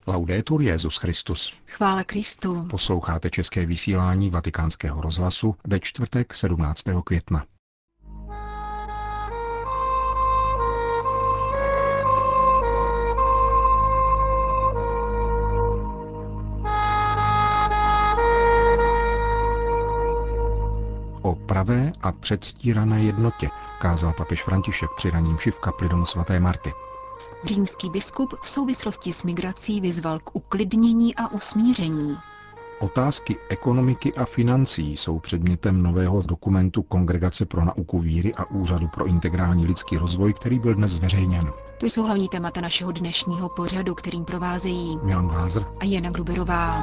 Laudetur Jesus Christus. Chvála Kristu. Posloucháte české vysílání Vatikánského rozhlasu ve čtvrtek 17. května. O pravé a předstírané jednotě kázal papež František při raní mši v kapli domu svaté Marty. Římský biskup v souvislosti s migrací vyzval k uklidnění a usmíření. Otázky ekonomiky a financí jsou předmětem nového dokumentu Kongregace pro nauku víry a Úřadu pro integrální lidský rozvoj, který byl dnes zveřejněn. To jsou hlavní témata našeho dnešního pořadu, kterým provázejí Milan Glázer a Jana Gruberová.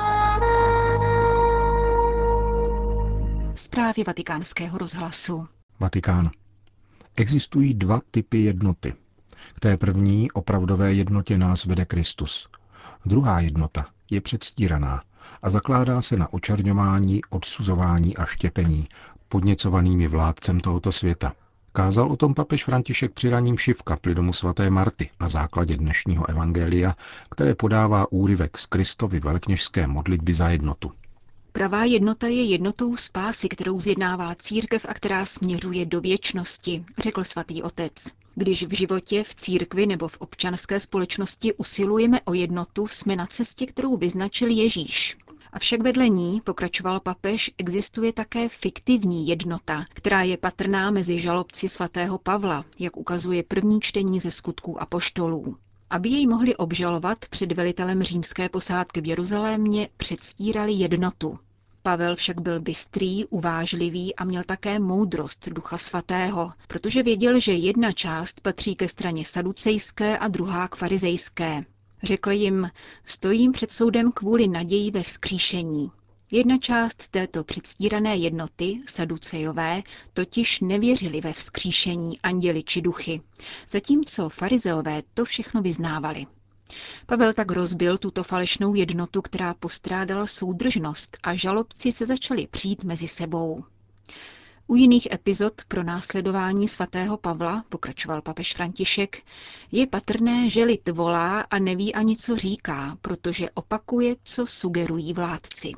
Zprávy Vatikánského rozhlasu. Vatikán. Existují dva typy jednoty. K té první opravdové jednotě nás vede Kristus. Druhá jednota je předstíraná a zakládá se na očerňování, odsuzování a štěpení, podněcovanými vládcem tohoto světa. Kázal o tom papež František při raní mši v kapli domu svaté Marty na základě dnešního evangelia, které podává úryvek z Kristovy velekněžské modlitby za jednotu. Pravá jednota je jednotou spásy, kterou zjednává církev a která směřuje do věčnosti, řekl svatý otec. Když v životě, v církvi nebo v občanské společnosti usilujeme o jednotu, jsme na cestě, kterou vyznačil Ježíš. Avšak vedle ní, pokračoval papež, existuje také fiktivní jednota, která je patrná mezi žalobci svatého Pavla, jak ukazuje první čtení ze Skutků apoštolů. Aby jej mohli obžalovat, před velitelem římské posádky v Jeruzalémě předstírali jednotu. Pavel však byl bystrý, uvážlivý a měl také moudrost Ducha Svatého, protože věděl, že jedna část patří ke straně saducejské a druhá k farizejské. Řekl jim, stojím před soudem kvůli naději ve vzkříšení. Jedna část této předstírané jednoty, saducejové, totiž nevěřili ve vzkříšení, anděli či duchy, zatímco farizeové to všechno vyznávali. Pavel tak rozbil tuto falešnou jednotu, která postrádala soudržnost a žalobci se začali přít mezi sebou. U jiných epizod pro následování svatého Pavla, pokračoval papež František, je patrné, že lid volá a neví ani co říká, protože opakuje, co sugerují vládci.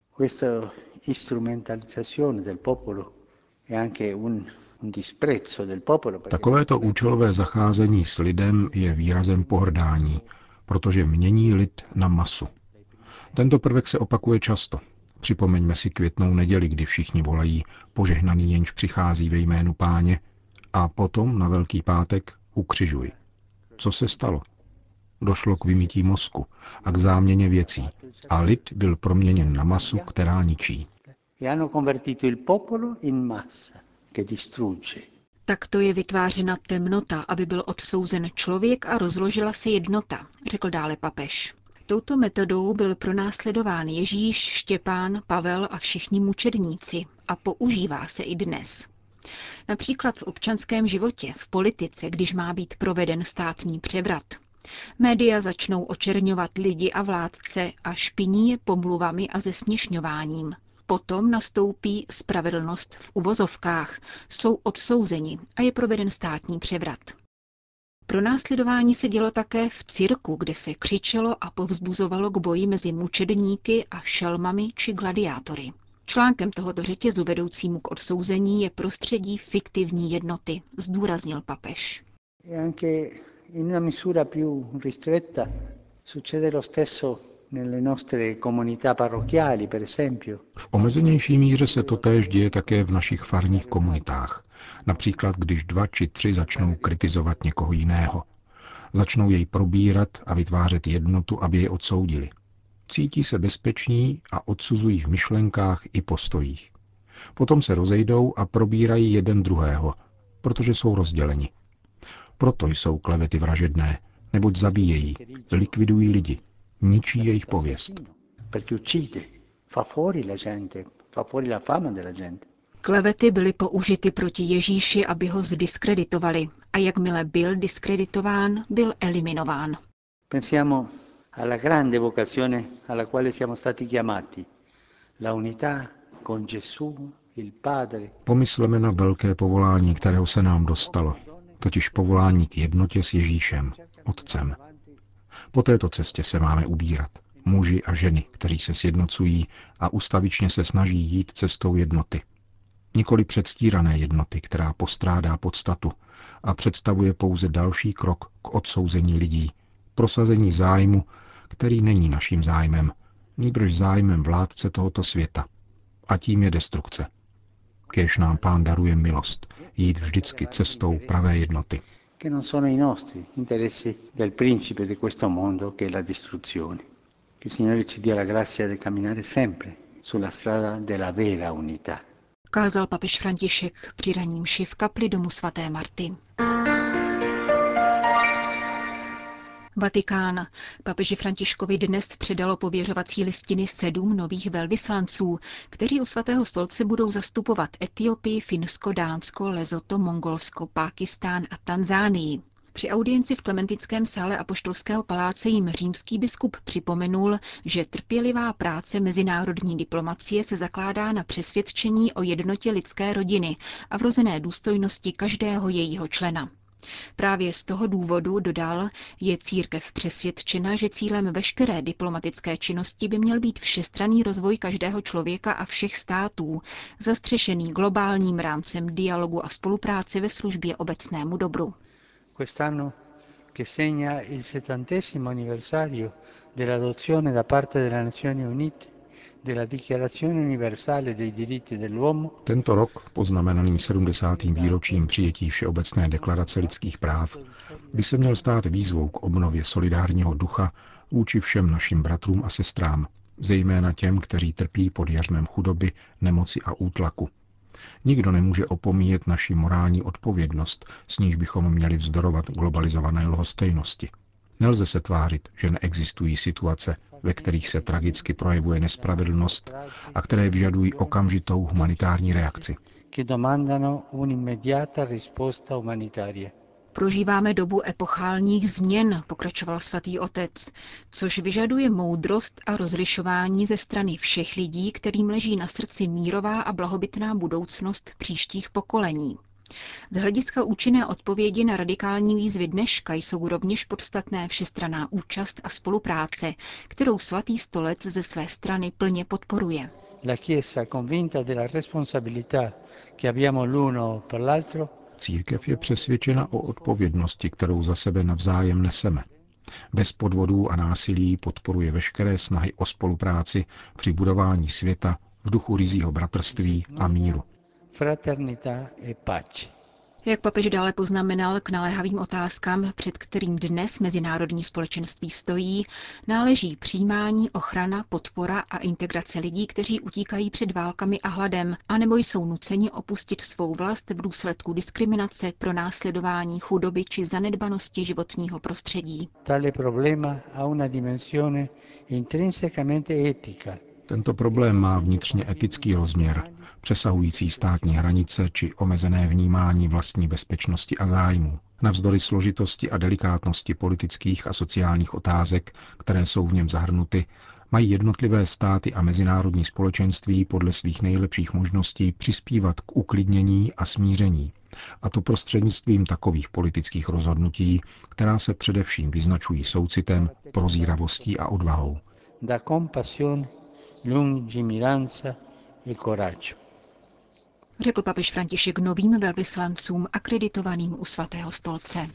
Takovéto účelové zacházení s lidem je výrazem pohrdání, protože mění lid na masu. Tento prvek se opakuje často. Připomeňme si květnou neděli, kdy všichni volají požehnaný jenž přichází ve jménu Páně a potom na Velký pátek ukřižuj. Co se stalo? Došlo k vymýtí mozku a k záměně věcí a lid byl proměněn na masu, která ničí. Takto je vytvářena temnota, aby byl odsouzen člověk a rozložila se jednota, řekl dále papež. Touto metodou byl pronásledován Ježíš, Štěpán, Pavel a všichni mučedníci a používá se i dnes. Například v občanském životě, v politice, když má být proveden státní převrat. Média začnou očerňovat lidi a vládce a špiní je pomluvami a zesměšňováním. Potom nastoupí spravedlnost v uvozovkách, jsou odsouzeni a je proveden státní převrat. Pronásledování se dělo také v cirku, kde se křičelo a povzbuzovalo k boji mezi mučedníky a šelmami či gladiátory. Článkem tohoto řetězu vedoucímu k odsouzení je prostředí fiktivní jednoty, zdůraznil papež. V omezenější míře se totéž děje také v našich farních komunitách. Například, když 2 či 3 začnou kritizovat někoho jiného. Začnou jej probírat a vytvářet jednotu, aby je odsoudili. Cítí se bezpeční a odsuzují v myšlenkách i postojích. Potom se rozejdou a probírají jeden druhého, protože jsou rozděleni. Proto jsou klevety vražedné, neboť zabíjejí, likvidují lidi, ničí jejich pověst. Klevety byly použity proti Ježíši, aby ho zdiskreditovali, a jakmile byl diskreditován, byl eliminován. Pensiamo alla grande vocazione alla quale siamo stati chiamati, la unità con Gesù, il Padre. Pomysleme na velké povolání, kterého se nám dostalo, totiž povolání k jednotě s Ježíšem, Otcem. Po této cestě se máme ubírat. Muži a ženy, kteří se sjednocují a ustavičně se snaží jít cestou jednoty. Nikoli předstírané jednoty, která postrádá podstatu a představuje pouze další krok k odsouzení lidí, prosazení zájmu, který není naším zájmem, nýbrž zájmem vládce tohoto světa. A tím je destrukce. Kéž nám Pán daruje milost, jít vždycky cestou pravé jednoty. Che non sono i nostri interessi del principe di questo mondo che è la distruzione. Che il Signore ci dia la grazia di camminare sempre sulla strada della vera unità. Kázal papež František při ranní mši v kapli domu svaté Marty. Vatikán. Papeži Františkovi dnes předalo pověřovací listiny 7 nových velvyslanců, kteří u svatého stolce budou zastupovat Etiopii, Finsko, Dánsko, Lesotho, Mongolsko, Pákistán a Tanzánii. Při audienci v Klementickém sále Apoštolského paláce jim římský biskup připomenul, že trpělivá práce mezinárodní diplomacie se zakládá na přesvědčení o jednotě lidské rodiny a vrozené důstojnosti každého jejího člena. Právě z toho důvodu, dodal, je církev přesvědčena, že cílem veškeré diplomatické činnosti by měl být všestranný rozvoj každého člověka a všech států, zastřešený globálním rámcem dialogu a spolupráce ve službě obecnému dobru. Quest'anno che segna il 70° anniversario dell'adozione da parte delle Nazioni Unite della Dichiarazione Universale dei Diritti dell'Uomo. Tento rok, poznamenaný 70. výročím přijetí Všeobecné deklarace lidských práv, by se měl stát výzvou k obnově solidárního ducha vůči všem našim bratrům a sestrám, zejména těm, kteří trpí pod jařmem chudoby, nemoci a útlaku. Nikdo nemůže opomíjet naši morální odpovědnost, s níž bychom měli vzdorovat globalizované lhostejnosti. Nelze se tvářit, že neexistují situace, ve kterých se tragicky projevuje nespravedlnost a které vyžadují okamžitou humanitární reakci. Prožíváme dobu epochálních změn, pokračoval svatý otec, což vyžaduje moudrost a rozlišování ze strany všech lidí, kterým leží na srdci mírová a blahobytná budoucnost příštích pokolení. Z hlediska účinné odpovědi na radikální výzvy dneška jsou rovněž podstatné všestranná účast a spolupráce, kterou svatý stolec ze své strany plně podporuje. Církev je přesvědčena o odpovědnosti, kterou za sebe navzájem neseme. Bez podvodů a násilí podporuje veškeré snahy o spolupráci při budování světa v duchu ryzího bratrství a míru. Fraternità e pace. Jak papež dále poznamenal, k naléhavým otázkám, před kterým dnes mezinárodní společenství stojí, náleží přijímání, ochrana, podpora a integrace lidí, kteří utíkají před válkami a hladem, anebo jsou nuceni opustit svou vlast v důsledku diskriminace, pronásledování, chudoby či zanedbanosti životního prostředí. Tale problema ha una dimensione intrinsecamente etica. Tento problém má vnitřně etický rozměr, přesahující státní hranice či omezené vnímání vlastní bezpečnosti a zájmu. Navzdory složitosti a delikátnosti politických a sociálních otázek, které jsou v něm zahrnuty, mají jednotlivé státy a mezinárodní společenství podle svých nejlepších možností přispívat k uklidnění a smíření. A to prostřednictvím takových politických rozhodnutí, která se především vyznačují soucitem, prozíravostí a odvahou. Da compassion, lungimiranza e coraggio. Řekl papež František novým velvyslancům akreditovaným u svatého stolce.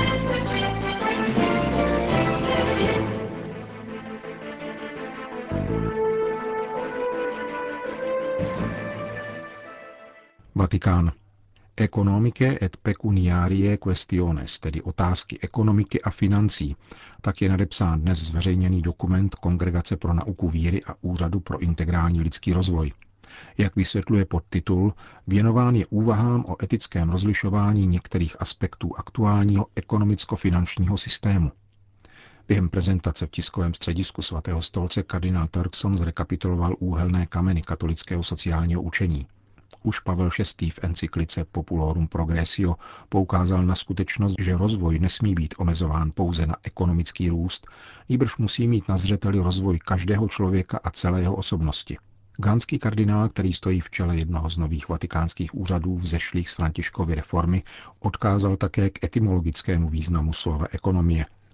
Vatikán. Economicae et pecuniarie questiones, tedy otázky ekonomiky a financí, tak je nadepsán dnes zveřejněný dokument Kongregace pro nauku víry a Úřadu pro integrální lidský rozvoj. Jak vysvětluje podtitul, věnován je úvahám o etickém rozlišování některých aspektů aktuálního ekonomicko-finančního systému. Během prezentace v tiskovém středisku svatého stolce kardinál Turkson zrekapituloval úhelné kameny katolického sociálního učení. Už Pavel VI. V encyklice Populorum Progressio poukázal na skutečnost, že rozvoj nesmí být omezován pouze na ekonomický růst, nýbrž musí mít na zřeteli rozvoj každého člověka a celé jeho osobnosti. Ghanský kardinál, který stojí v čele jednoho z nových vatikánských úřadů vzešlých z Františkovy reformy, odkázal také k etymologickému významu slova ekonomie.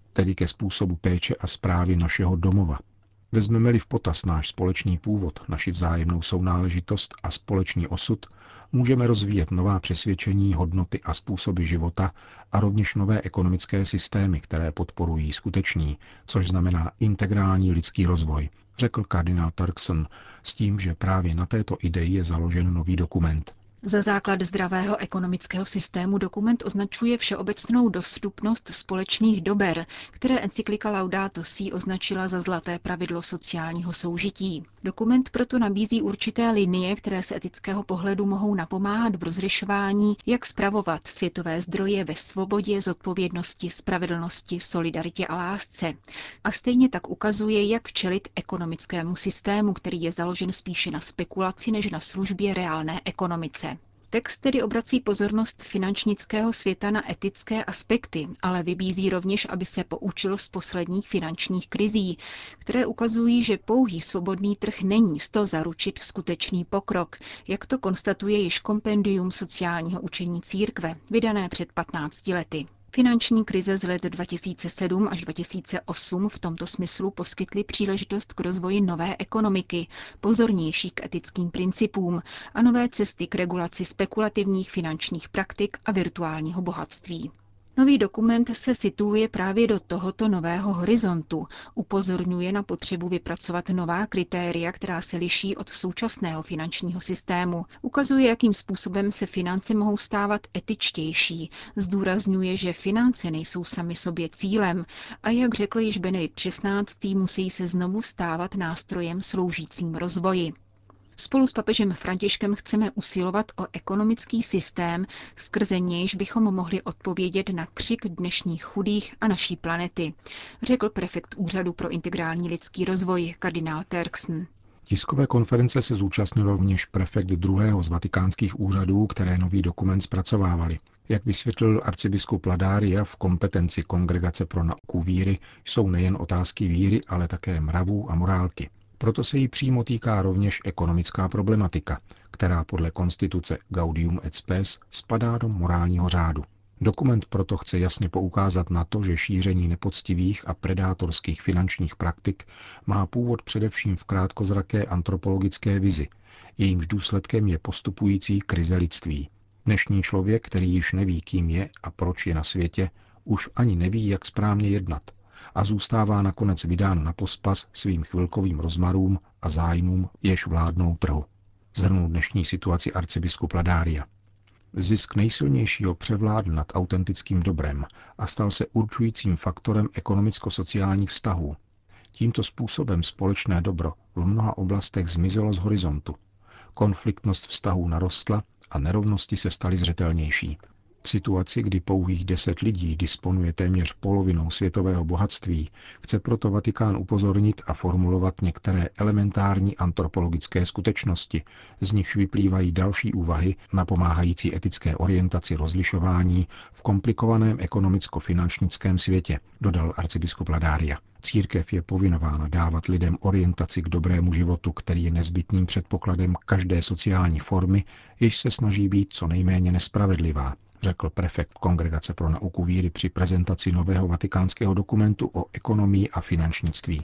tedy ke způsobu péče a správy našeho domova. Vezmeme-li v potaz náš společný původ, naši vzájemnou sounáležitost a společný osud, můžeme rozvíjet nová přesvědčení, hodnoty a způsoby života a rovněž nové ekonomické systémy, které podporují skutečný, což znamená integrální lidský rozvoj, řekl kardinál Turkson, s tím, že právě na této ideji je založen nový dokument. Za základ zdravého ekonomického systému dokument označuje všeobecnou dostupnost společných dober, které encyklika Laudato Si označila za zlaté pravidlo sociálního soužití. Dokument proto nabízí určité linie, které z etického pohledu mohou napomáhat v rozlišování, jak spravovat světové zdroje ve svobodě, zodpovědnosti, spravedlnosti, solidaritě a lásce. A stejně tak ukazuje, jak čelit ekonomickému systému, který je založen spíše na spekulaci než na službě reálné ekonomice. Text tedy obrací pozornost finančnického světa na etické aspekty, ale vybízí rovněž, aby se poučil z posledních finančních krizí, které ukazují, že pouhý svobodný trh není s to zaručit skutečný pokrok, jak to konstatuje již kompendium sociálního učení církve, vydané před 15 lety. Finanční krize z let 2007 až 2008 v tomto smyslu poskytly příležitost k rozvoji nové ekonomiky, pozornější k etickým principům a nové cesty k regulaci spekulativních finančních praktik a virtuálního bohatství. Nový dokument se situuje právě do tohoto nového horizontu, upozorňuje na potřebu vypracovat nová kritéria, která se liší od současného finančního systému, ukazuje, jakým způsobem se finance mohou stávat etičtější, zdůrazňuje, že finance nejsou sami sobě cílem a jak řekl již Benedikt XVI, musí se znovu stávat nástrojem sloužícím rozvoji. Spolu s papežem Františkem chceme usilovat o ekonomický systém, skrze nějž bychom mohli odpovědět na křik dnešních chudých a naší planety, řekl prefekt Úřadu pro integrální lidský rozvoj kardinál Turkson. Tiskové konference se zúčastnil rovněž prefekt druhého z vatikánských úřadů, které nový dokument zpracovávali. Jak vysvětlil arcibiskup Ladária, v kompetenci Kongregace pro nauku víry jsou nejen otázky víry, ale také mravů a morálky. Proto se jí přímo týká rovněž ekonomická problematika, která podle konstituce Gaudium et Spes spadá do morálního řádu. Dokument proto chce jasně poukázat na to, že šíření nepoctivých a predátorských finančních praktik má původ především v krátkozraké antropologické vizi, jejímž důsledkem je postupující krize lidství. Dnešní člověk, který již neví, kým je a proč je na světě, už ani neví, jak správně jednat a zůstává nakonec vydán na pospas svým chvilkovým rozmarům a zájmům, jež vládnou trhu. Zhrnul dnešní situaci arcibiskup Ladária. Zisk nejsilnějšího převládl nad autentickým dobrem a stal se určujícím faktorem ekonomicko-sociálních vztahů. Tímto způsobem společné dobro v mnoha oblastech zmizelo z horizontu. Konfliktnost vztahů narostla a nerovnosti se staly zřetelnější. V situaci, kdy pouhých 10 lidí disponuje téměř polovinou světového bohatství, chce proto Vatikán upozornit a formulovat některé elementární antropologické skutečnosti, z nichž vyplývají další úvahy napomáhající etické orientaci rozlišování v komplikovaném ekonomicko-finančnickém světě, dodal arcibiskup Ladária. Církev je povinována dávat lidem orientaci k dobrému životu, který je nezbytným předpokladem každé sociální formy, jež se snaží být co nejméně nespravedlivá, řekl prefekt Kongregace pro nauku víry při prezentaci nového vatikánského dokumentu o ekonomii a finančnictví.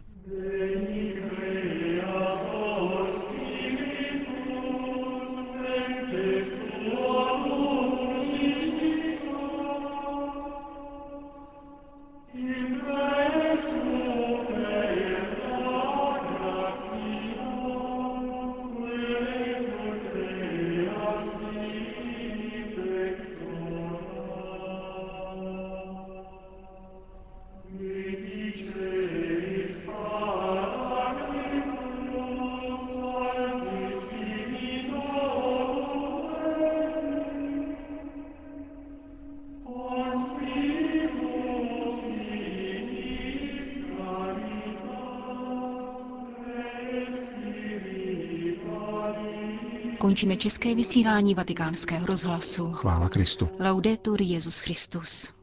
Končíme české vysílání Vatikánského rozhlasu. Chvála Kristu. Laudetur Jesus Christus.